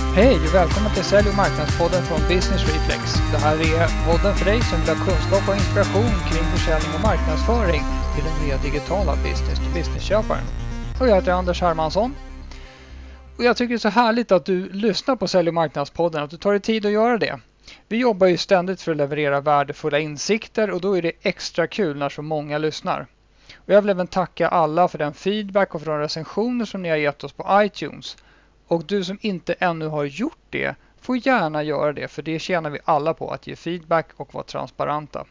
Hej och välkommen till Sälj- och marknadspodden från Business Reflex. Det här är podden för dig som vill ha kunskap och inspiration kring försäljning och marknadsföring till den nya digitala business-to-business-köparen. Och jag heter Anders Hermansson. Och jag tycker det är så härligt att du lyssnar på Sälj- och marknadspodden, att du tar dig tid att göra det. Vi jobbar ju ständigt för att leverera värdefulla insikter och då är det extra kul när så många lyssnar. Och jag vill även tacka alla för den feedback och för de recensioner som ni har gett oss på iTunes. Och du som inte ännu har gjort det får gärna göra det, för det tjänar vi alla på, att ge feedback och vara transparenta.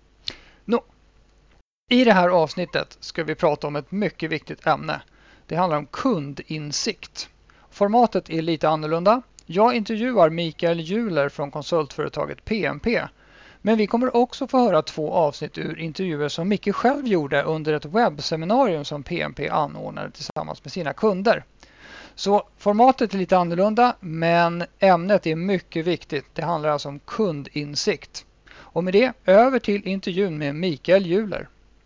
I det här avsnittet ska vi prata om ett mycket viktigt ämne. Det handlar om kundinsikt. Formatet är lite annorlunda. Jag intervjuar Mikael Juler från konsultföretaget PMP. Men vi kommer också få höra 2 avsnitt ur intervjuer som Micke själv gjorde under ett webbseminarium som PMP anordnade tillsammans med sina kunder. Så formatet är lite annorlunda, men ämnet är mycket viktigt. Det handlar alltså om kundinsikt. Och med det, över till intervjun med Mikael Juler.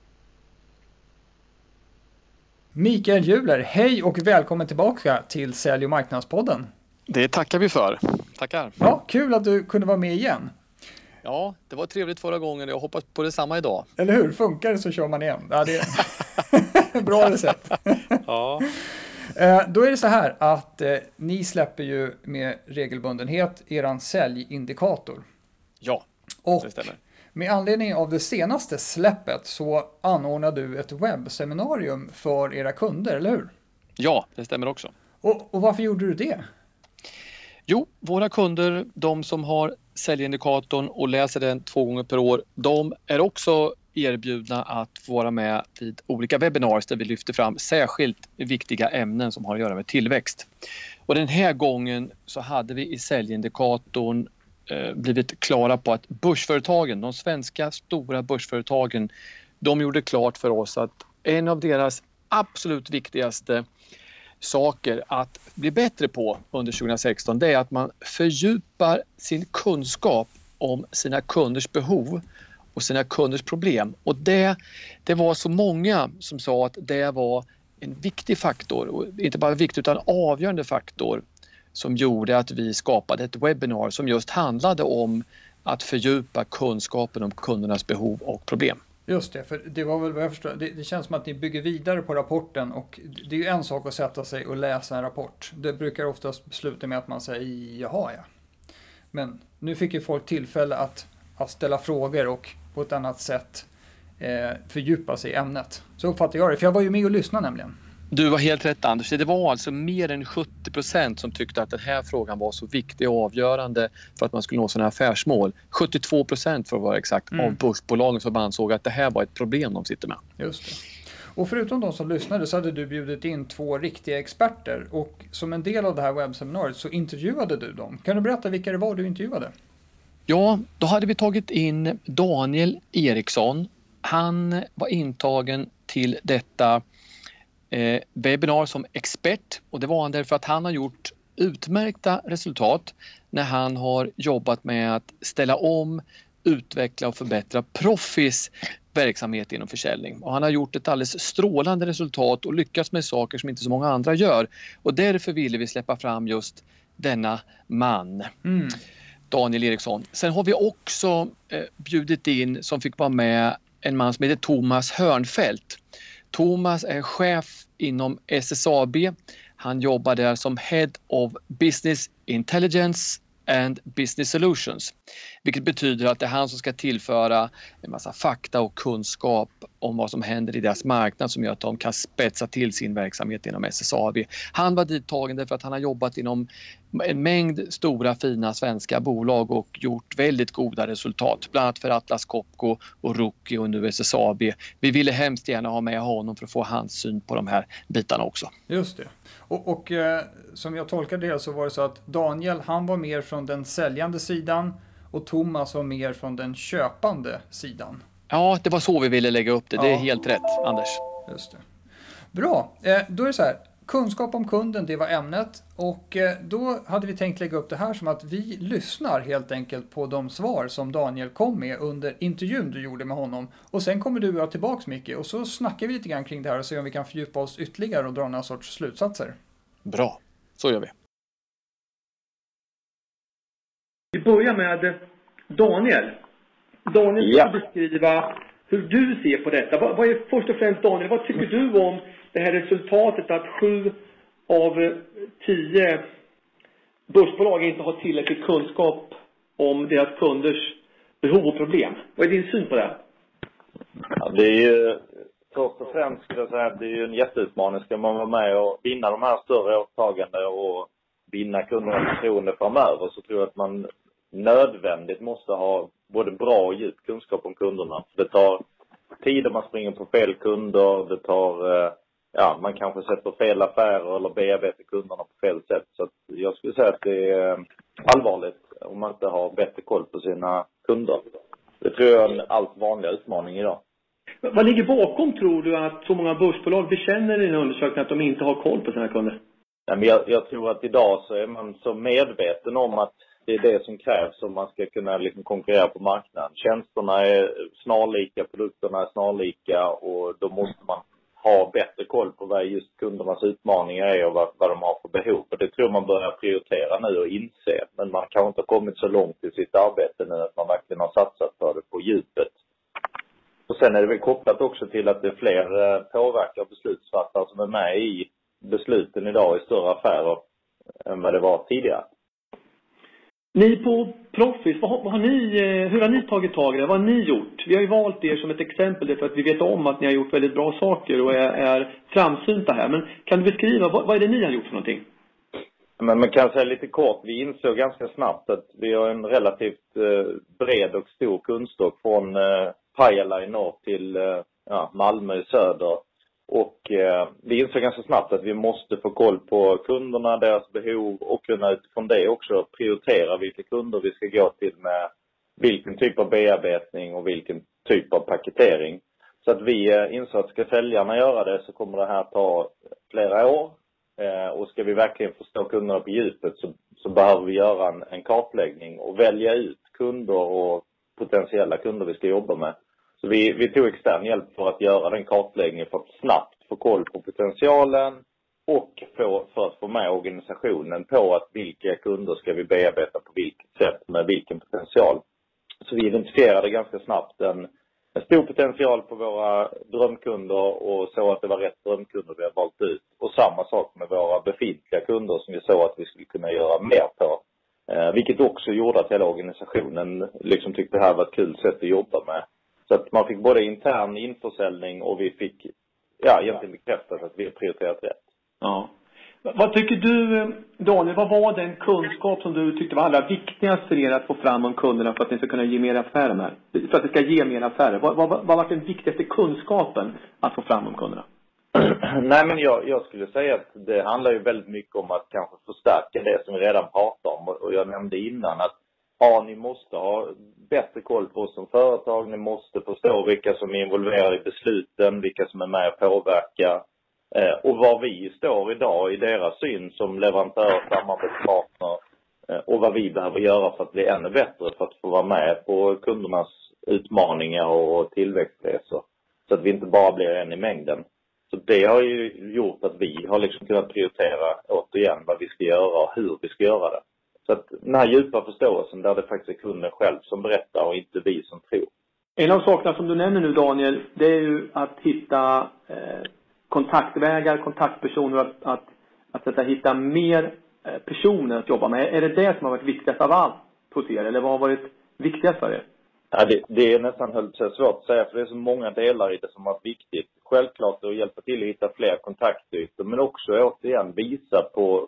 Mikael Juler, hej och välkommen tillbaka till Sälj- och marknadspodden. Det tackar vi för. Tackar. Ja, kul att du kunde vara med igen. Ja, det var trevligt förra gången. Jag hoppas på detsamma idag. Eller hur? Funkar det så kör man igen. Ja, det är bra recept. Ja. Då är det så här att ni släpper ju med regelbundenhet eran säljindikator. Ja, och det stämmer. Med anledning av det senaste släppet så anordnar du ett webbseminarium för era kunder, eller hur? Ja, det stämmer också. Och varför gjorde du det? Jo, våra kunder, de som har säljindikatorn och läser den 2 gånger per år, de är också erbjudna att få vara med vid olika webinars där vi lyfter fram särskilt viktiga ämnen som har att göra med tillväxt. Och den här gången så hade vi i säljindikatorn blivit klara på att börsföretagen, de svenska stora börsföretagen, de gjorde klart för oss att en av deras absolut viktigaste saker att bli bättre på under 2016, det är att man fördjupar sin kunskap om sina kunders behov och sina kunders problem. Och det var så många som sa att det var en viktig faktor, och inte bara viktig utan avgörande faktor, som gjorde att vi skapade ett webbinar som just handlade om att fördjupa kunskapen om kundernas behov och problem. Just det, för det var väl vad jag förstår. Det känns som att ni bygger vidare på rapporten, och det är ju en sak att sätta sig och läsa en rapport. Det brukar oftast sluta med att man säger jaha ja. Men nu fick ju folk tillfälle att ställa frågor och på ett annat sätt fördjupa sig i ämnet. Så uppfattar jag det, för jag var ju med och lyssnade nämligen. Du var helt rätt, Anders. Det var alltså mer än 70% som tyckte att den här frågan var så viktig och avgörande för att man skulle nå sina affärsmål. 72% för att vara exakt av börsbolagen som ansåg att det här var ett problem de sitter med. Just det. Och förutom de som lyssnade så hade du bjudit in 2 riktiga experter, och som en del av det här webbseminariet så intervjuade du dem. Kan du berätta vilka det var du intervjuade? Ja, då hade vi tagit in Daniel Eriksson. Han var intagen till detta webbinar som expert, och det var han därför att han har gjort utmärkta resultat när han har jobbat med att ställa om, utveckla och förbättra Profis verksamhet inom försäljning. Och han har gjort ett alldeles strålande resultat och lyckats med saker som inte så många andra gör. Och därför ville vi släppa fram just denna man. Daniel Eriksson. Sen har vi också bjudit in, som fick vara med, en man som heter Thomas Hörnfeldt. Thomas är chef inom SSAB. Han jobbar där som Head of Business Intelligence and Business Solutions. Vilket betyder att det är han som ska tillföra en massa fakta och kunskap om vad som händer i deras marknad som gör att de kan spetsa till sin verksamhet inom SSAB. Han var dittagen därför att han har jobbat inom en mängd stora fina svenska bolag och gjort väldigt goda resultat. Bland annat för Atlas Copco och Rookie och nu SSAB. Vi ville hemskt gärna ha med honom för att få hans syn på de här bitarna också. Just det. Och som jag tolkade det så var det så att Daniel, han var mer från den säljande sidan och Thomas var mer från den köpande sidan. Ja, det var så vi ville lägga upp det. Det är helt rätt, Anders. Just det. Bra. Då är det så här. Kunskap om kunden, det var ämnet. Och då hade vi tänkt lägga upp det här som att vi lyssnar helt enkelt på de svar som Daniel kom med under intervjun du gjorde med honom. Och sen kommer du och jag tillbaks, Micke, och så snackar vi lite grann kring det här och ser om vi kan fördjupa oss ytterligare och dra några sorts slutsatser. Bra, så gör vi. Vi börjar med Daniel. Daniel, ska beskriva hur du ser på detta. Vad är först och främst, Daniel, vad tycker du om det här resultatet att 7 av 10 börsbolag inte har tillräcklig kunskap om deras kunders behov och problem? Vad är din syn på det? Ja, det är ju först och främst skulle jag säga att det är ju en jätteutmaning. Ska man vara med och vinna de här större åtagandena och vinna kundernas förtroende framöver, så tror jag att man nödvändigt måste ha både bra och djup kunskap om kunderna. Det tar tid om man springer på fel kunder, det tar, man kanske sätter fel affärer eller bearbetar kunderna på fel sätt. Så att jag skulle säga att det är allvarligt om man inte har bättre koll på sina kunder. Det tror jag är en allt vanligare utmaning idag. Vad ligger bakom, tror du, att så många börsbolag bekänner i en undersökning att de inte har koll på sina kunder? Ja, men jag tror att idag så är man så medveten om att det är det som krävs om man ska kunna liksom konkurrera på marknaden. Tjänsterna är snarlika, produkterna är snarlika, och då måste man ha bättre koll på vad just kundernas utmaningar är och vad de har för behov. Och det tror man börjar prioritera nu och inse. Men man kanske inte ha kommit så långt i sitt arbete nu att man verkligen har satsat för det på djupet. Och sen är det väl kopplat också till att det är fler påverkar beslutsfattare som är med i besluten idag i större affärer än vad det var tidigare. Ni på Proffice, hur har ni tagit tag i det? Vad har ni gjort? Vi har ju valt er som ett exempel för att vi vet om att ni har gjort väldigt bra saker och är framsynta här. Men kan du beskriva, vad är det ni har gjort för någonting? Men man kan säga lite kort, vi insåg ganska snabbt att vi har en relativt bred och stor kundstock från Pajala i norr till Malmö i söder. Och vi insåg ganska snabbt att vi måste få koll på kunderna, deras behov, och kunna utifrån det också prioritera vilka kunder vi ska gå till med vilken typ av bearbetning och vilken typ av paketering. Så att vi insåg att ska säljarna göra det så kommer det här ta flera år. Och ska vi verkligen förstå kunderna på djupet så behöver vi göra en kartläggning och välja ut kunder och potentiella kunder vi ska jobba med. Så vi tog extern hjälp för att göra den kartläggningen för att snabbt få koll på potentialen och för att få med organisationen på att vilka kunder ska vi bearbeta på vilket sätt med vilken potential. Så vi identifierade ganska snabbt en stor potential på våra drömkunder och så att det var rätt drömkunder vi har valt ut. Och samma sak med våra befintliga kunder som vi såg att vi skulle kunna göra mer på. Vilket också gjorde att hela organisationen liksom tyckte det här var ett kul sätt att jobba med. Så att man fick både intern införsäljning och vi fick egentligen bekräftat att vi har prioriterat rätt. Ja. Vad tycker du, Daniel, vad var den kunskap som du tyckte var allra viktigast för er att få fram om kunderna för att ni ska kunna ge mer affärer med? För att det ska ge mer affärer. Vad var den viktigaste kunskapen att få fram om kunderna? Nej, men jag skulle säga att det handlar ju väldigt mycket om att kanske förstärka det som vi redan pratade om. Och jag nämnde innan att ni måste ha bättre koll på oss som företag. Ni måste förstå vilka som är involverade i besluten, vilka som är med och påverkar. Och var vi står idag i deras syn som leverantör och samarbetspartner. Och vad vi behöver göra för att bli ännu bättre för att få vara med på kundernas utmaningar och tillväxtresor. Så att vi inte bara blir en i mängden. Så det har ju gjort att vi har liksom kunnat prioritera återigen vad vi ska göra och hur vi ska göra det. Så att den här djupa förståelsen där det faktiskt är kunden själv som berättar och inte vi som tror. En av sakerna som du nämner nu, Daniel, det är ju att hitta kontaktvägar, kontaktpersoner, att hitta mer personer att jobba med. Är det det som har varit viktigast av allt hos er? Eller vad har varit viktigast för er? Ja, det är nästan svårt att säga, för det är så många delar i det som har varit viktigt. Självklart att hjälpa till att hitta fler kontaktytor, men också återigen visa på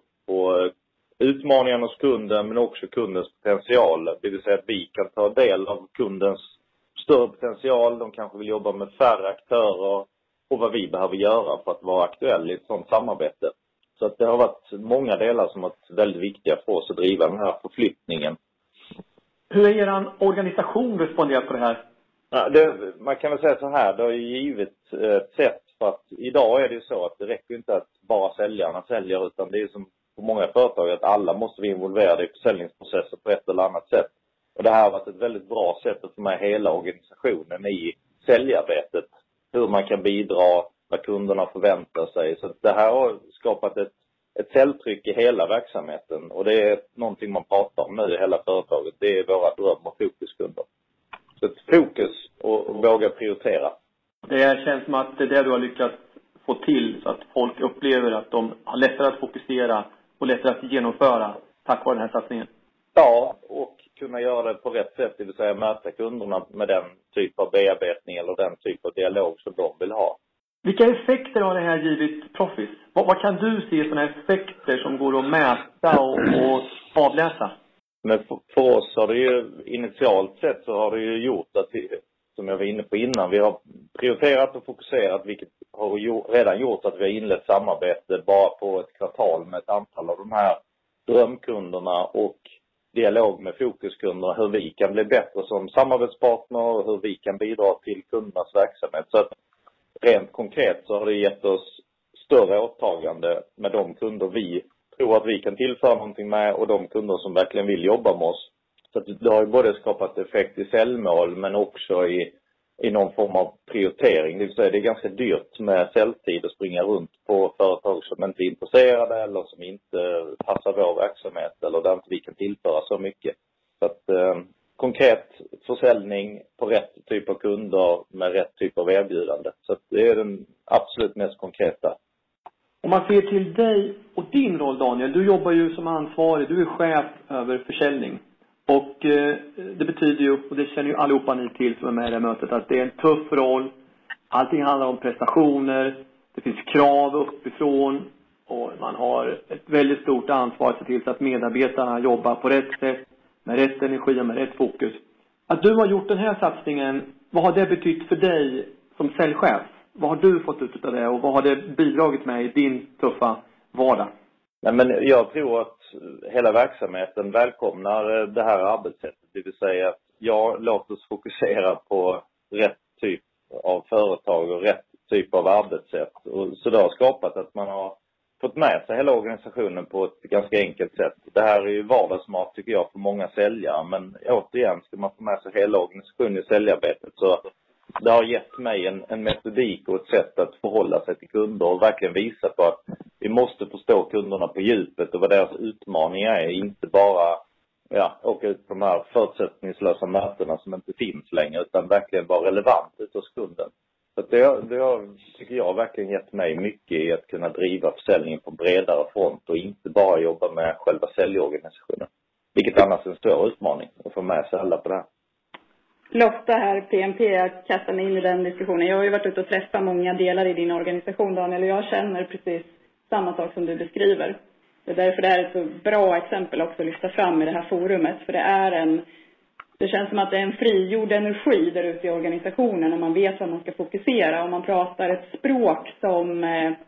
utmaningarna hos kunden, men också kundens potential. Det vill säga att vi kan ta del av kundens större potential. De kanske vill jobba med färre aktörer och vad vi behöver göra för att vara aktuell i ett sådant samarbete. Så att det har varit många delar som har varit väldigt viktiga för oss att driva den här förflyttningen. Hur har er organisation responderat på det här? Ja, man kan väl säga så här, det har ju givit ett sätt, för att idag är det ju så att det räcker inte att bara säljarna säljer, utan det är som på många företag att alla måste vara involverade i försäljningsprocesser på ett eller annat sätt. Och det här har varit ett väldigt bra sätt att få med hela organisationen i säljarbetet. Hur man kan bidra, vad kunderna förväntar sig. Så det här har skapat ett ett säljtryck i hela verksamheten. Och det är någonting man pratar om nu i hela företaget. Det är våra dröm- och fokuskunder. Så ett fokus och våga prioritera. Det känns som att det är det du har lyckats få till så att folk upplever att de har lättare att fokusera och lättare att genomföra tack vare den här satsningen. Ja, och kunna göra det på rätt sätt, det vill säga möta kunderna med den typ av bearbetning eller den typ av dialog som de vill ha. Vilka effekter har det här givit Proffice? Vad kan du se sådana effekter som går att mäta och avläsa? Men för oss har det ju initialt sett så har det ju gjort att vi, som jag var inne på innan, vi har prioriterat och fokuserat, vilket har redan gjort att vi har inlett samarbete bara på ett kvartal med ett antal av de här drömkunderna och dialog med fokuskunder, hur vi kan bli bättre som samarbetspartner och hur vi kan bidra till kundernas verksamhet. Så att rent konkret så har det gett oss större åtagande med de kunder vi tror att vi kan tillföra någonting med och de kunder som verkligen vill jobba med oss. Så att det har ju både skapat effekt i säljmål men också i någon form av prioritering. Det vill säga det är ganska dyrt med säljtid att springa runt på företag som inte är intresserade eller som inte passar vår verksamhet eller där inte vi kan tillföra så mycket. Så att konkret försäljning på rätt typ av kunder med rätt typ av erbjudande. Så att det är den absolut mest konkreta. Om man ser till dig och din roll, Daniel, du jobbar ju som ansvarig, du är chef över försäljning. Och det betyder ju, och det känner ju allihopa ni till som är med i det här mötet, att det är en tuff roll. Allting handlar om prestationer, det finns krav uppifrån och man har ett väldigt stort ansvar att se till så att medarbetarna jobbar på rätt sätt, med rätt energi och med rätt fokus. Att du har gjort den här satsningen, vad har det betytt för dig som säljchef? Vad har du fått ut av det och vad har det bidragit med i din tuffa vardag? Nej, men jag tror att hela verksamheten välkomnar det här arbetssättet. Det vill säga att låt oss fokusera på rätt typ av företag och rätt typ av arbetssätt. Och så det har skapat att man har fått med sig hela organisationen på ett ganska enkelt sätt. Det här är ju vardagsmat tycker jag för många säljare. Men återigen ska man få med sig hela organisationen i säljarbetet. Så det har gett mig en metodik och ett sätt att förhålla sig till kunder och verkligen visa på att vi måste förstå kunderna på djupet och vad deras utmaningar är. Inte bara åka ut på de här förutsättningslösa mötena som inte finns längre utan verkligen vara relevant ut hos kunden. Så det har, tycker jag, verkligen gett mig mycket i att kunna driva försäljningen på bredare front och inte bara jobba med själva säljorganisationen. Vilket annars är en stor utmaning att få med sig alla på det här. Lotta här, PMP, jag kastar mig in i den diskussionen. Jag har ju varit ute och träffat många delar i din organisation, Daniel, och jag känner precis samma sak som du beskriver. Det är därför det är ett så bra exempel också att lyfta fram i det här forumet. För det känns som att det är en frigjord energi där ute i organisationen och man vet vad man ska fokusera. Och man pratar ett språk som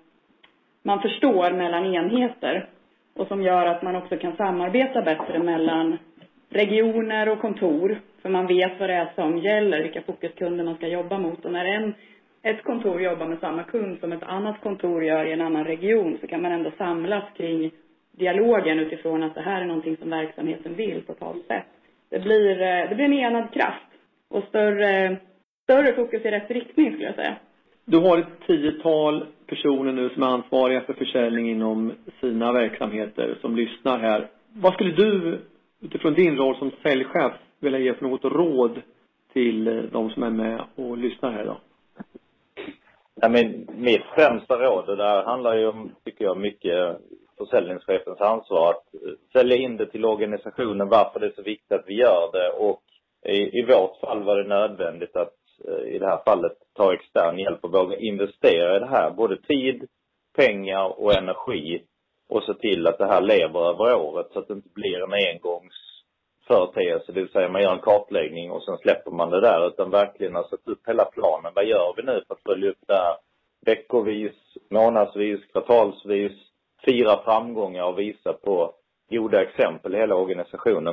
man förstår mellan enheter och som gör att man också kan samarbeta bättre mellan regioner och kontor. För man vet vad det är som gäller, vilka fokuskunder man ska jobba mot. Och när ett kontor jobbar med samma kund som ett annat kontor gör i en annan region så kan man ändå samlas kring dialogen utifrån att det här är någonting som verksamheten vill totalt sett. Det blir en enad kraft och större fokus i rätt riktning skulle jag säga. Du har ett 10-tal personer nu som är ansvariga för försäljning inom sina verksamheter som lyssnar här. Vad skulle du utifrån din roll som säljchef vilja ge för något råd till de som är med och lyssnar här idag? Ja, men mitt främsta råd, det där handlar ju om, tycker jag, mycket försäljningschefens ansvar att sälja in det till organisationen, varför det är så viktigt att vi gör det. Och i vårt fall var det nödvändigt att i det här fallet ta extern hjälp och våga investera i det här. Både tid, pengar och energi och se till att det här lever över året så att det inte blir en engångsföreteelse. Det vill säga man gör en kartläggning och sen släpper man det där utan verkligen har satt upp hela planen. Vad gör vi nu för att följa upp det här veckovis, månadsvis, kvartalsvis, fira framgångar och visa på goda exempel i hela organisationen.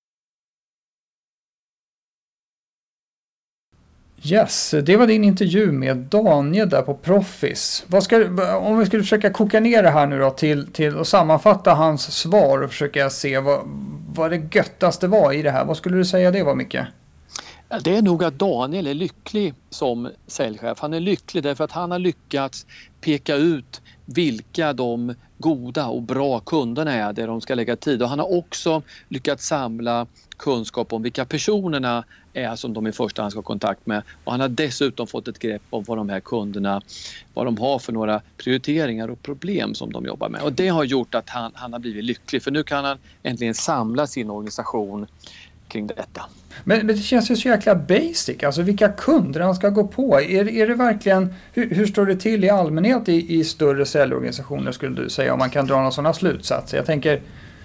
Yes, det var din intervju med Daniel där på Proffice. Om vi skulle försöka koka ner det här nu då till och sammanfatta hans svar och försöka se vad det göttaste var i det här. Vad skulle du säga det var, Micke? Det är nog att Daniel är lycklig som säljchef. Han är lycklig därför att han har lyckats peka ut vilka de goda och bra kunderna är där de ska lägga tid. Och han har också lyckats samla kunskap om vilka personerna är som de i första hand ska ha kontakt med. Och han har dessutom fått ett grepp om vad de här kunderna, vad de har för några prioriteringar och problem som de jobbar med. Och det har gjort att han har blivit lycklig, för nu kan han äntligen samla sin organisation kring detta. Men det känns ju så jäkla basic, alltså vilka kunder han ska gå på. Är det verkligen, hur står det till i allmänhet i större säljorganisationer skulle du säga, om man kan dra några sådana slutsatser? Jag tänker,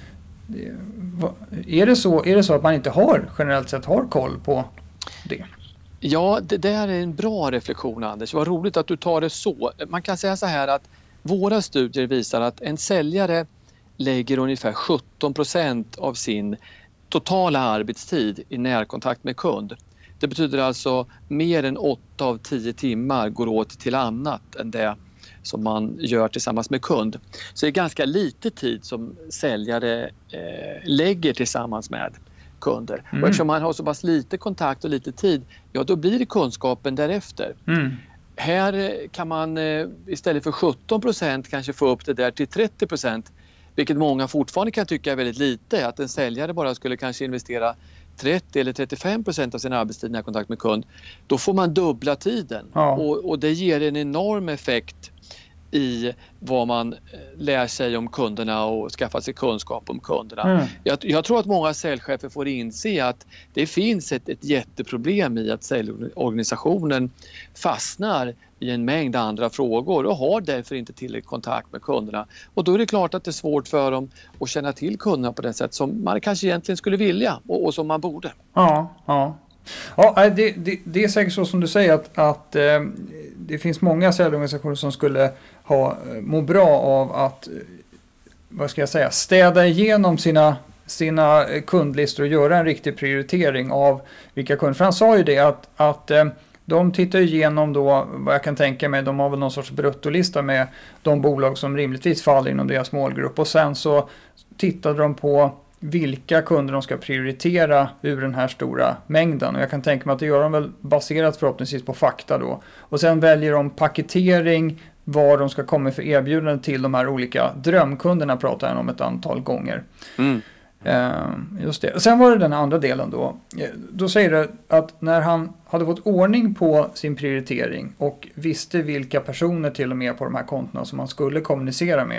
är det så att man inte generellt sett har koll på det? Ja, det där är en bra reflektion, Anders. Vad roligt att du tar det så. Man kan säga så här att våra studier visar att en säljare lägger ungefär 17% av sin totala arbetstid i närkontakt med kund. Det betyder alltså mer än 8 av 10 timmar går åt till annat än det som man gör tillsammans med kund. Så det är ganska lite tid som säljare lägger tillsammans med kunder. Och eftersom man har så pass lite kontakt och lite tid, ja då blir det kunskapen därefter. Här kan man istället för 17% kanske få upp det där till 30%. Vilket många fortfarande kan tycka är väldigt lite. Att en säljare bara skulle kanske investera 30 eller 35% av sin arbetstid när kontakt med kund. Då får man dubbla tiden. Ja. Och det ger en enorm effekt i vad man lär sig om kunderna och skaffar sig kunskap om kunderna. Jag tror att många säljchefer får inse att det finns ett jätteproblem i att säljorganisationen fastnar i en mängd andra frågor och har därför inte tillräcklig kontakt med kunderna. Och då är det klart att det är svårt för dem att känna till kunderna på det sätt som man kanske egentligen skulle vilja och som man borde. Ja, det är säkert så som du säger att det finns många säljorganisationer som skulle må bra av att, vad ska jag säga, städa igenom sina kundlistor och göra en riktig prioritering av vilka kunder. För han sa ju det att de tittar igenom då, vad jag kan tänka mig, de har väl någon sorts bruttolista med de bolag som rimligtvis faller inom deras målgrupp, och sen så tittade de på vilka kunder de ska prioritera ur den här stora mängden. Och jag kan tänka mig att det gör de väl baserat förhoppningsvis på fakta då. Och sen väljer de paketering, vad de ska komma för erbjudanden till de här olika drömkunderna, pratar jag om ett antal gånger. Just det. Sen var det den andra delen då. Då säger det att när han hade fått ordning på sin prioritering och visste vilka personer till och med på de här kontona som man skulle kommunicera med,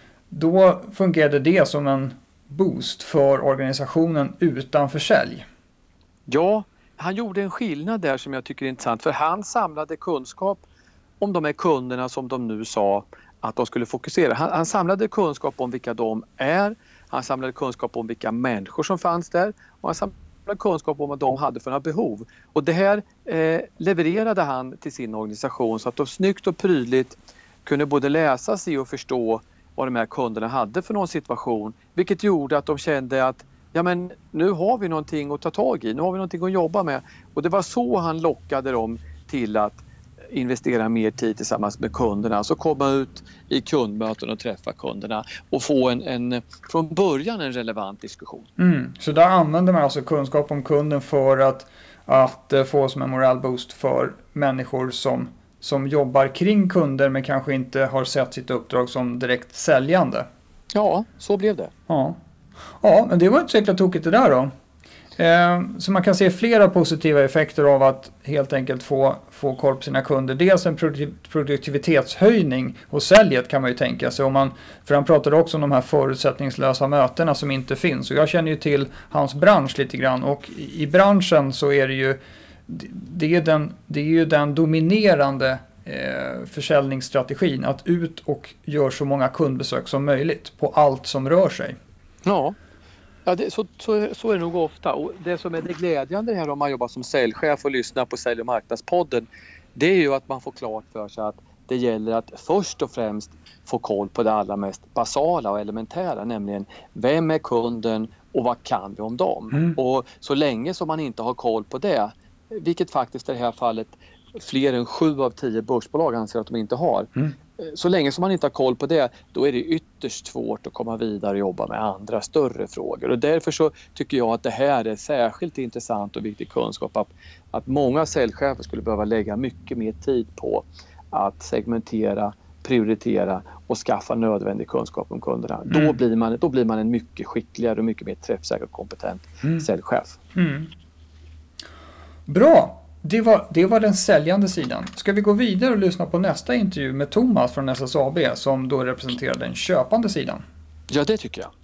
då fungerade det som en boost för organisationen utanför sälj. Ja, han gjorde en skillnad där som jag tycker är intressant, för han samlade kunskap om de här kunderna som de nu sa att de skulle fokusera. Han samlade kunskap om vilka de är, han samlade kunskap om vilka människor som fanns där och han samlade kunskap om vad de hade för några behov. Och det här levererade han till sin organisation så att de snyggt och prydligt kunde både läsa sig och förstå vad de här kunderna hade för någon situation, vilket gjorde att de kände att ja, men nu har vi någonting att ta tag i, nu har vi någonting att jobba med. Och det var så han lockade dem till att investera mer tid tillsammans med kunderna, så komma ut i kundmöten och träffa kunderna och få en från början en relevant diskussion. Så där använder man alltså kunskap om kunden för att få som en moralboost för människor som jobbar kring kunder men kanske inte har sett sitt uppdrag som direkt säljande. Ja, så blev det. Ja, men det var inte så jäkla tokigt det där då. Så man kan se flera positiva effekter av att helt enkelt få koll på sina kunder. Dels en produktivitetshöjning hos säljet kan man ju tänka sig. För han pratade också om de här förutsättningslösa mötena som inte finns. Och jag känner ju till hans bransch lite grann. Och i branschen så är det är ju den dominerande försäljningsstrategin. Att ut och gör så många kundbesök som möjligt på allt som rör sig. Ja. Ja, så är det nog ofta. Och det som är det glädjande här om man jobbar som säljchef och lyssnar på Sälj- och marknadspodden, det är ju att man får klart för sig att det gäller att först och främst få koll på det allra mest basala och elementära, nämligen vem är kunden och vad kan vi om dem? Och så länge som man inte har koll på det, vilket faktiskt i det här fallet fler än 7 av 10 börsbolag anser att de inte har, så länge som man inte har koll på det, då är det ytterst svårt att komma vidare och jobba med andra större frågor. Och därför så tycker jag att det här är särskilt intressant och viktig kunskap, att många säljchefer skulle behöva lägga mycket mer tid på att segmentera, prioritera och skaffa nödvändig kunskap om kunderna. Då blir man en mycket skickligare och mycket mer träffsäker och kompetent säljchef. Bra! Det var den säljande sidan. Ska vi gå vidare och lyssna på nästa intervju med Thomas från SSAB som då representerar den köpande sidan? Ja, det tycker jag.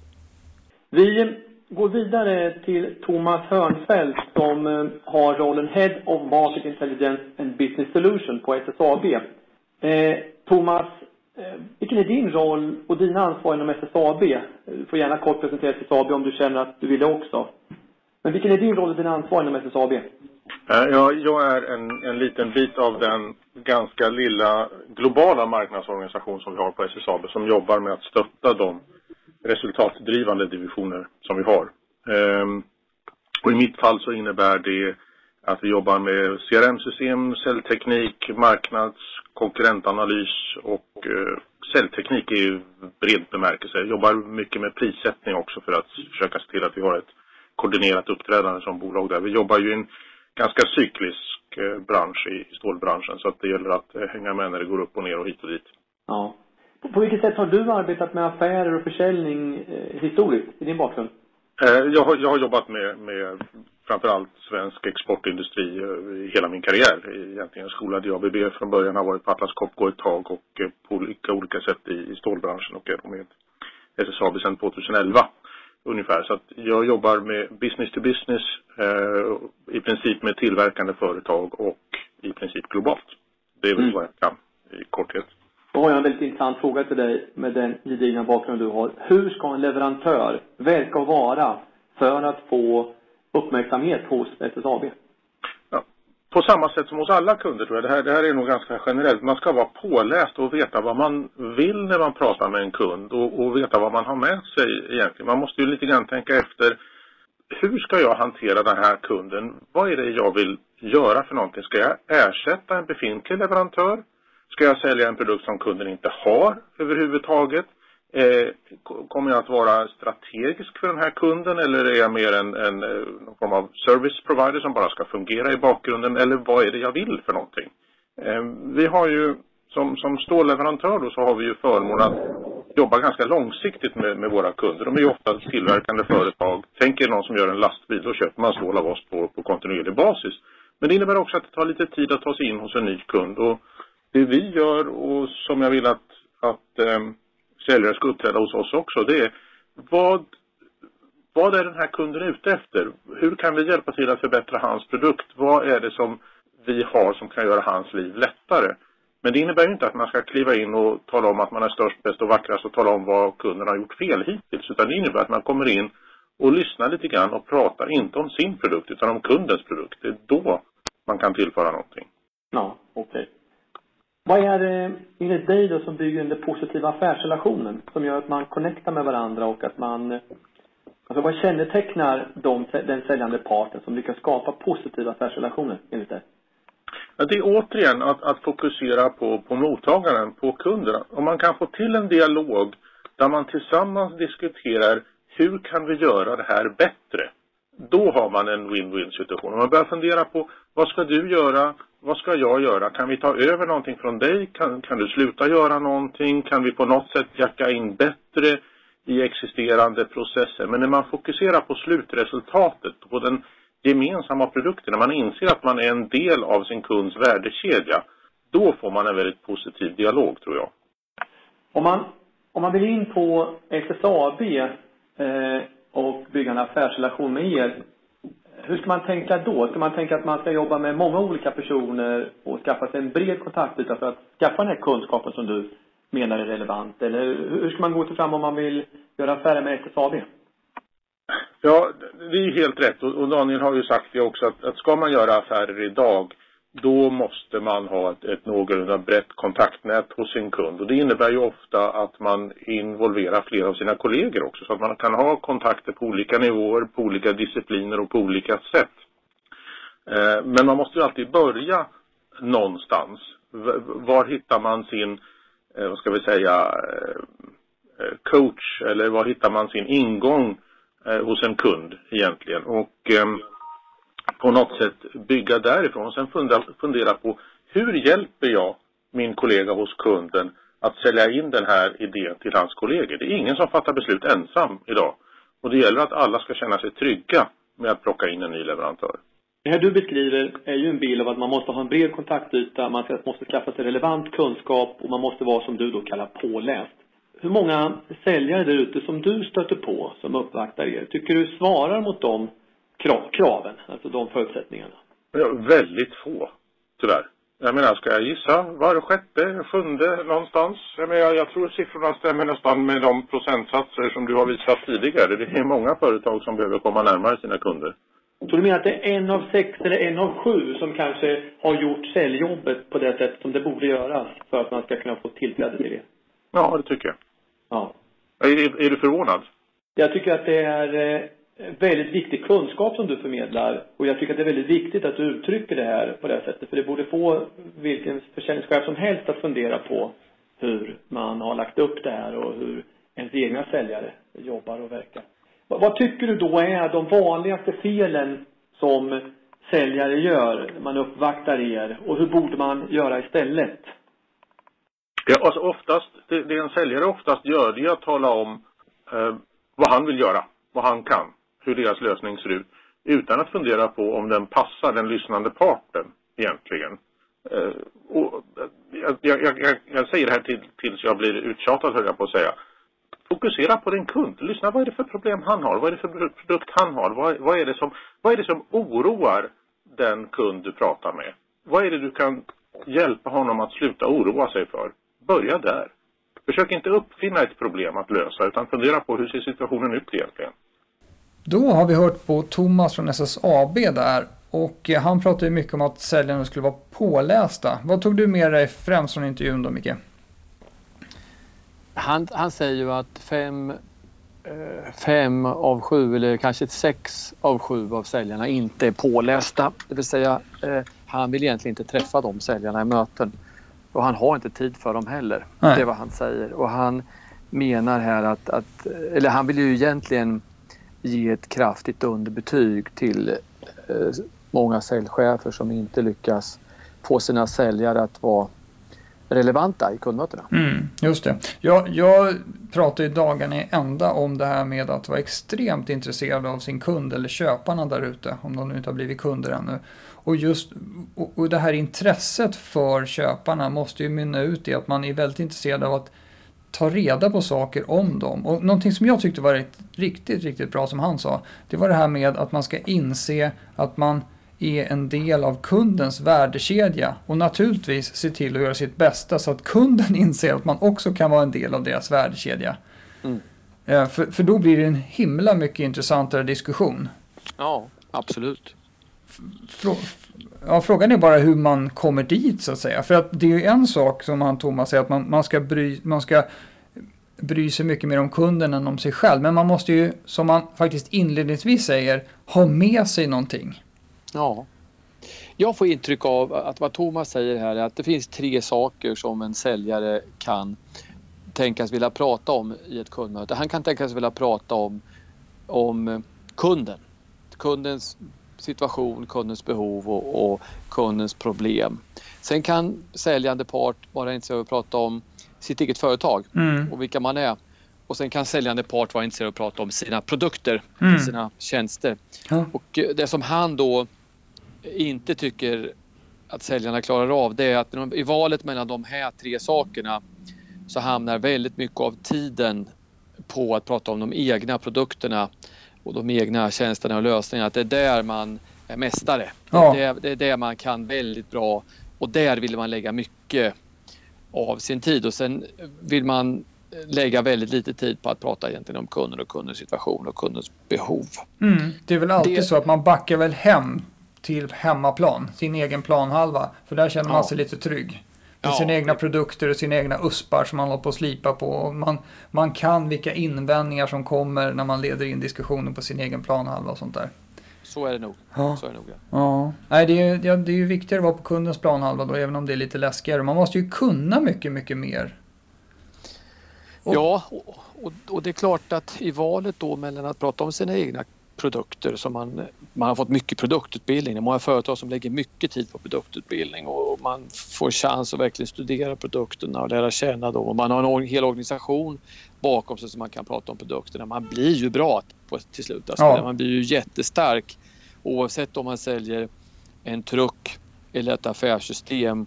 Vi går vidare till Thomas Hörnfeldt som har rollen Head of Market Intelligence and Business Solution på SSAB. Thomas, vilken är din roll och dina ansvar inom SSAB? Du får gärna kort presentera SSAB om du känner att du vill det också. Men vilken är din roll och dina ansvar inom SSAB? Ja, jag är en liten bit av den ganska lilla globala marknadsorganisation som vi har på SSAB som jobbar med att stötta de resultatdrivande divisioner som vi har. Och i mitt fall så innebär det att vi jobbar med CRM-system, säljteknik, marknads-, konkurrentanalys och säljteknik är ju bred bemärkelse. Jag jobbar mycket med prissättning också för att försöka se till att vi har ett koordinerat uppträdande som bolag där. Vi jobbar ju i en ganska cyklisk bransch i stålbranschen så att det gäller att hänga med när det går upp och ner och hit och dit. Ja. På vilket sätt har du arbetat med affärer och försäljning historiskt i din bakgrund? Jag har jobbat med framförallt svensk exportindustri i hela min karriär. Egentligen skolad i ABB från början, har varit på Atlas Copco ett tag och på olika sätt i stålbranschen och är med SSAB sedan 2011 ungefär. Så att jag jobbar med business to business, i princip med tillverkande företag och i princip globalt. Det är väl vad jag kan i korthet. Då har jag en väldigt intressant fråga till dig med den gedigna bakgrund du har. Hur ska en leverantör verka och vara för att få uppmärksamhet hos SSAB? Ja, på samma sätt som hos alla kunder tror jag. Det här är nog ganska generellt. Man ska vara påläst och veta vad man vill när man pratar med en kund och veta vad man har med sig egentligen. Man måste ju lite grann tänka efter, hur ska jag hantera den här kunden? Vad är det jag vill göra för någonting? Ska jag ersätta en befintlig leverantör? Ska jag sälja en produkt som kunden inte har överhuvudtaget? Kommer jag att vara strategisk för den här kunden eller är jag mer någon form av service provider som bara ska fungera i bakgrunden? Eller vad är det jag vill för någonting? Vi har ju som stålleverantör då, så har vi ju förmån att jobba ganska långsiktigt med våra kunder. De är ju ofta tillverkande företag. Tänk er någon som gör en lastbil, då köper man stål av oss på kontinuerlig basis. Men det innebär också att det tar lite tid att ta sig in hos en ny kund. Och det vi gör och som jag vill att säljare ska uppträda hos oss också, det är vad är den här kunden ute efter? Hur kan vi hjälpa till att förbättra hans produkt? Vad är det som vi har som kan göra hans liv lättare? Men det innebär ju inte att man ska kliva in och tala om att man är störst, bäst och vackrast och tala om vad kunden har gjort fel hittills. Utan det innebär att man kommer in och lyssnar lite grann och pratar inte om sin produkt utan om kundens produkt. Det är då man kan tillföra någonting. Ja, okej. Vad är det enligt dig då som bygger den positiva affärsrelationen som gör att man connectar med varandra och att man... Alltså vad kännetecknar den säljande parten som lyckas skapa positiva affärsrelationer enligt dig? Ja, det är återigen att fokusera på mottagaren, på kunderna. Om man kan få till en dialog där man tillsammans diskuterar hur kan vi göra det här bättre? Då har man en win-win situation. Om man börjar fundera på vad ska du göra? Vad ska jag göra? Kan vi ta över någonting från dig? Kan du sluta göra någonting? Kan vi på något sätt jacka in bättre i existerande processer? Men när man fokuserar på slutresultatet, på den gemensamma produkten, när man inser att man är en del av sin kunds värdekedja, då får man en väldigt positiv dialog tror jag. Om man vill in på SSAB och bygga en affärsrelation med er, hur ska man tänka då? Ska man tänka att man ska jobba med många olika personer och skaffa sig en bred kontaktyta för att skaffa den här kunskapen som du menar är relevant? Eller hur ska man gå till fram om man vill göra affärer med SSAB? Ja, det är ju helt rätt. Och Daniel har ju sagt det också att ska man göra affärer idag, då måste man ha ett någorlunda brett kontaktnät hos sin kund. Och det innebär ju ofta att man involverar flera av sina kollegor också. Så att man kan ha kontakter på olika nivåer, på olika discipliner och på olika sätt. Men man måste ju alltid börja någonstans. Var hittar man sin vad ska vi säga, coach, eller var hittar man sin ingång hos en kund egentligen, och på något sätt bygga därifrån och sen fundera på hur hjälper jag min kollega hos kunden att sälja in den här idén till hans kollegor. Det är ingen som fattar beslut ensam idag, och det gäller att alla ska känna sig trygga med att plocka in en ny leverantör. Det här du beskriver är ju en bild av att man måste ha en bred kontaktyta, man måste skaffa sig relevant kunskap och man måste vara, som du då kallar, påläst. Hur många säljare där ute som du stöter på som uppvaktar er, tycker du svarar mot de kraven, alltså de förutsättningarna? Ja, väldigt få, tyvärr. Jag menar, ska jag gissa? Var sjätte, sjunde någonstans? Jag tror siffrorna stämmer nästan med de procentsatser som du har visat tidigare. Det är många företag som behöver komma närmare sina kunder. Så du menar att det är 1 av 6 eller 1 av 7 som kanske har gjort säljjobbet på det sätt som det borde göras för att man ska kunna få tillträde till det? Ja, det tycker jag. Ja. Är du förvånad? Jag tycker att det är väldigt viktig kunskap som du förmedlar, och jag tycker att det är väldigt viktigt att du uttrycker det här på det sättet, för det borde få vilken försäljningschef som helst att fundera på hur man har lagt upp det här och hur ens egna säljare jobbar och verkar. Vad tycker du då är de vanligaste felen som säljare gör när man uppvaktar er, och hur borde man göra istället? Ja, alltså oftast, det en säljare oftast gör, det är att tala om vad han vill göra, vad han kan, hur deras lösning ser ut, utan att fundera på om den passar den lyssnande parten egentligen. Och jag säger det här tills jag blir uttjatad, höll jag på att säga. Fokusera på din kund. Lyssna, vad är det för problem han har? Vad är det för produkt han har? Vad är det som oroar den kund du pratar med? Vad är det du kan hjälpa honom att sluta oroa sig för? Börja där. Försök inte uppfinna ett problem att lösa, utan fundera på hur ser situationen ut egentligen. Då har vi hört på Thomas från SSAB där, och han pratade ju mycket om att säljarna skulle vara pålästa. Vad tog du med dig främst från intervjun då, Micke? Han säger ju att 5 av 7 eller kanske 6 av 7 av säljarna inte är pålästa. Det vill säga han vill egentligen inte träffa de säljarna i möten. Och han har inte tid för dem heller. Nej. Det är vad han säger. Och han menar här eller han vill ju egentligen ge ett kraftigt underbetyg till många säljchefer som inte lyckas få sina säljare att vara relevanta i kundmötena. Just det. Jag pratar ju dagarna i ända om det här med att vara extremt intresserad av sin kund eller köparna där ute, om de nu inte har blivit kunder ännu. Och det här intresset för köparna måste ju mynna ut i att man är väldigt intresserad av att ta reda på saker om dem. Och någonting som jag tyckte var riktigt, riktigt bra som han sa, det var det här med att man ska inse att man är en del av kundens värdekedja, och naturligtvis se till att göra sitt bästa så att kunden inser att man också kan vara en del av deras värdekedja. För då blir det en himla mycket intressantare diskussion. Ja, absolut. Frågan är bara hur man kommer dit, så att säga. För att det är ju en sak som Thomas säger, att man ska bry sig mycket mer om kunden än om sig själv. Men man måste ju, som man faktiskt inledningsvis säger, ha med sig någonting. Ja. Jag får intryck av att vad Thomas säger här är att det finns 3 saker som en säljare kan tänkas vilja prata om i ett kundmöte. Han kan tänkas vilja prata om kunden. Kundens situation, kundens behov och kundens problem. Sen kan säljande part vara intresserad av att prata om sitt eget företag och vilka man är. Och sen kan säljande part vara intresserad av att prata om sina produkter, sina tjänster. Ja. Och det som han då inte tycker att säljarna klarar av, det är att i valet mellan de här 3 sakerna så hamnar väldigt mycket av tiden på att prata om de egna produkterna och de egna tjänsterna och lösningarna. Att det är där man är mästare. Ja. Det är där man kan väldigt bra, och där vill man lägga mycket av sin tid, och sen vill man lägga väldigt lite tid på att prata egentligen om kunden och kundens situation och kundens behov. Det är väl alltid så att man backar väl hem till hemmaplan, sin egen planhalva, för där känner man sig lite trygg. Med sina egna produkter och sina egna uspar som man håller på att slipa på. Och man kan vilka invändningar som kommer när man leder in diskussionen på sin egen planhalva och sånt där. Så är det nog. Ja. Så är det nog, ja. Nej, det är ju viktigare att vara på kundens planhalva då, även om det är lite läskigare. Man måste ju kunna mycket, mycket mer Ja, och det är klart att i valet då mellan att prata om sina egna produkter som man har fått mycket produktutbildning. Det är många företag som lägger mycket tid på produktutbildning och man får chans att verkligen studera produkterna och lära känna dem. Och man har en hel organisation bakom sig som man kan prata om produkterna. Man blir ju bra till slut. Alltså, man blir ju jättestark oavsett om man säljer en truck eller ett affärssystem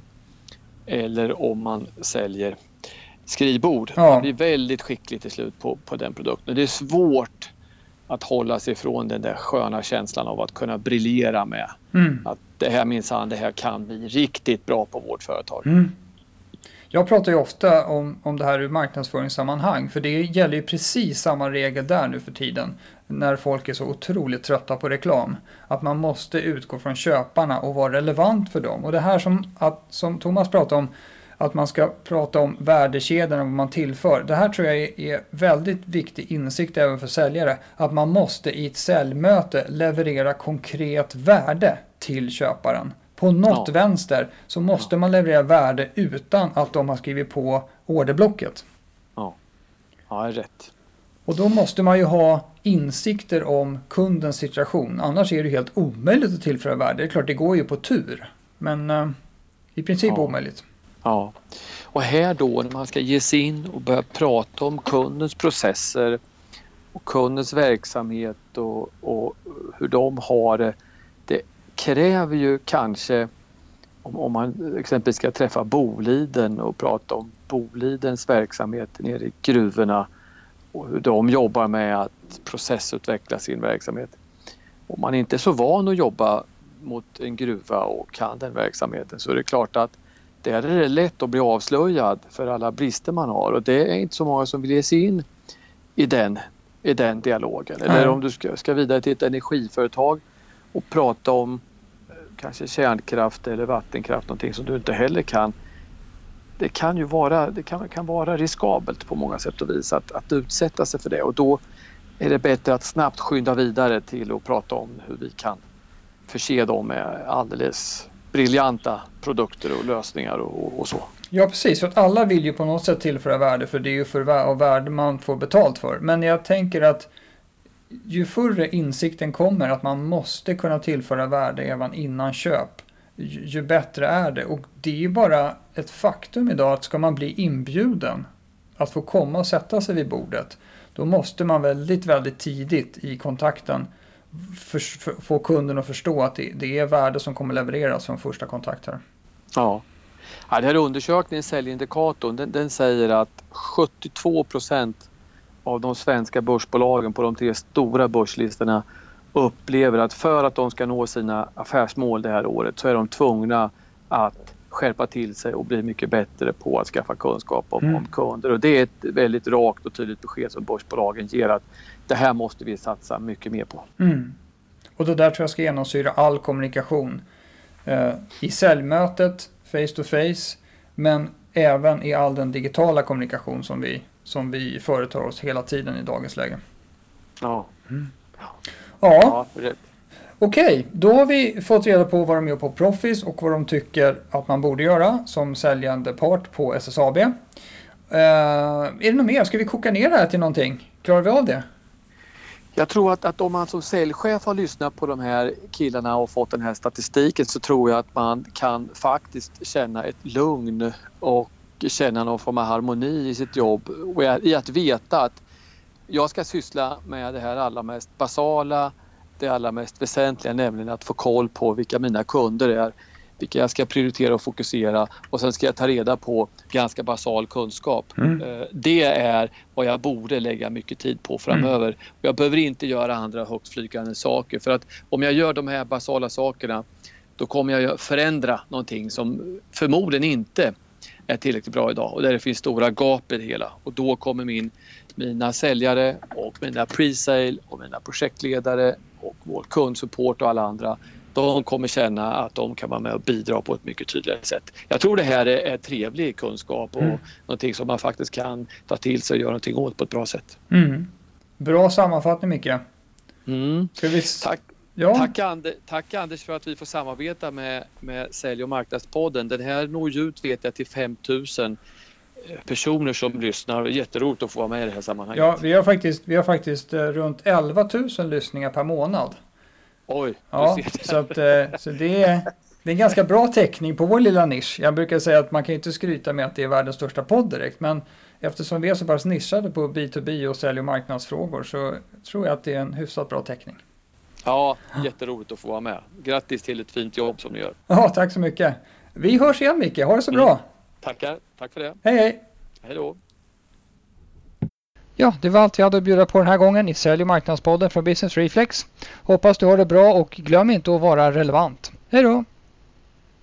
eller om man säljer skrivbord. Man blir väldigt skicklig till slut på den produkten. Det är svårt att hålla sig från den där sköna känslan av att kunna briljera med att det här kan bli riktigt bra på vårt företag. Jag pratar ju ofta om det här i marknadsföringssammanhang, för det gäller ju precis samma regel där nu för tiden när folk är så otroligt trötta på reklam. Att man måste utgå från köparna och vara relevant för dem. Och det här som Thomas pratade om, att man ska prata om värdekedjan och vad man tillför. Det här tror jag är väldigt viktig insikt även för säljare. Att man måste i ett säljmöte leverera konkret värde till köparen. På något vänster så måste man leverera värde utan att de har skrivit på orderblocket. Ja, det är rätt. Och då måste man ju ha insikter om kundens situation. Annars är det helt omöjligt att tillföra värde. Det är klart, det går ju på tur. Men i princip omöjligt. Ja, och här då när man ska ge sig in och börja prata om kundens processer och kundens verksamhet och hur de har det. Det kräver ju kanske, om man exempelvis ska träffa Boliden och prata om Bolidens verksamhet nere i gruvorna och hur de jobbar med att processutveckla sin verksamhet. Om man inte är så van att jobba mot en gruva och kan den verksamheten så är det klart att där är det lätt att bli avslöjad för alla brister man har och det är inte så många som vill ge sig in i den dialogen. Eller om du ska vidare till ett energiföretag och prata om kanske kärnkraft eller vattenkraft, någonting som du inte heller kan. Det kan vara riskabelt på många sätt och vis att utsätta sig för det och då är det bättre att snabbt skynda vidare till att prata om hur vi kan förse dem med alldeles briljanta produkter och lösningar och så. Ja, precis. För att alla vill ju på något sätt tillföra värde, för det är ju för värde man får betalt för. Men jag tänker att ju förre insikten kommer att man måste kunna tillföra värde även innan köp, ju bättre är det. Och det är ju bara ett faktum idag att ska man bli inbjuden att få komma och sätta sig vid bordet, då måste man väldigt, väldigt tidigt i kontakten få kunden att förstå att det är värde som kommer levereras som första kontakt här. Ja, den här undersökningen, säljindikatorn, den säger att 72% av de svenska börsbolagen på de 3 stora börslistorna upplever att för att de ska nå sina affärsmål det här året så är de tvungna att skärpa till sig och bli mycket bättre på att skaffa kunskap om kunder. Och det är ett väldigt rakt och tydligt besked som börsbolagen ger att det här måste vi satsa mycket mer på. Och det där tror jag ska genomsyra all kommunikation. I säljmötet, face to face, men även i all den digitala kommunikation som vi företar oss hela tiden i dagens läge. Ja. Ja. Okej, då har vi fått reda på vad de gör på Proffice och vad de tycker att man borde göra som säljande part på SSAB. Är det något mer? Ska vi koka ner det här till någonting? Klarar vi av det? Jag tror att om man som säljchef har lyssnat på de här killarna och fått den här statistiken så tror jag att man kan faktiskt känna ett lugn och känna någon form av harmoni i sitt jobb och i att veta att jag ska syssla med det här allra mest basala, det allra mest väsentliga, nämligen att få koll på vilka mina kunder är, vilka jag ska prioritera och fokusera och sen ska jag ta reda på ganska basal kunskap. Det är vad jag borde lägga mycket tid på framöver. Jag behöver inte göra andra högtflygande saker för att om jag gör de här basala sakerna då kommer jag förändra någonting som förmodligen inte är tillräckligt bra idag och där det finns stora gap i det hela och då kommer mina säljare och mina pre-sale och mina projektledare och vår kundsupport och alla andra, de kommer känna att de kan vara med och bidra på ett mycket tydligare sätt. Jag tror det här är trevlig kunskap och någonting som man faktiskt kan ta till sig och göra någonting åt på ett bra sätt. Bra sammanfattning, Micke. Tack. Ja. Tack Anders för att vi får samarbeta med Sälj- och marknadspodden. Den här når ut vet jag till 5000 personer som lyssnar. Jätteroligt att få vara med i det här sammanhanget. Ja, vi har faktiskt runt 11 000 lyssningar per månad. Oj, ja, så det är en ganska bra täckning på vår lilla nisch. Jag brukar säga att man kan inte skryta med att det är världens största podd direkt, men eftersom vi är så pass nischade på B2B och sälj- och marknadsfrågor så tror jag att det är en hyfsat bra täckning. Ja, jätteroligt att få vara med. Grattis till ett fint jobb som ni gör. Ja, tack så mycket. Vi hörs igen, Micke. Ha det så bra. Tackar, tack för det. Hej, hej. Hej då. Ja, det var allt vi hade att bjuda på den här gången i Sälj- och marknadspodden från Business Reflex. Hoppas du har det bra och glöm inte att vara relevant. Hej då!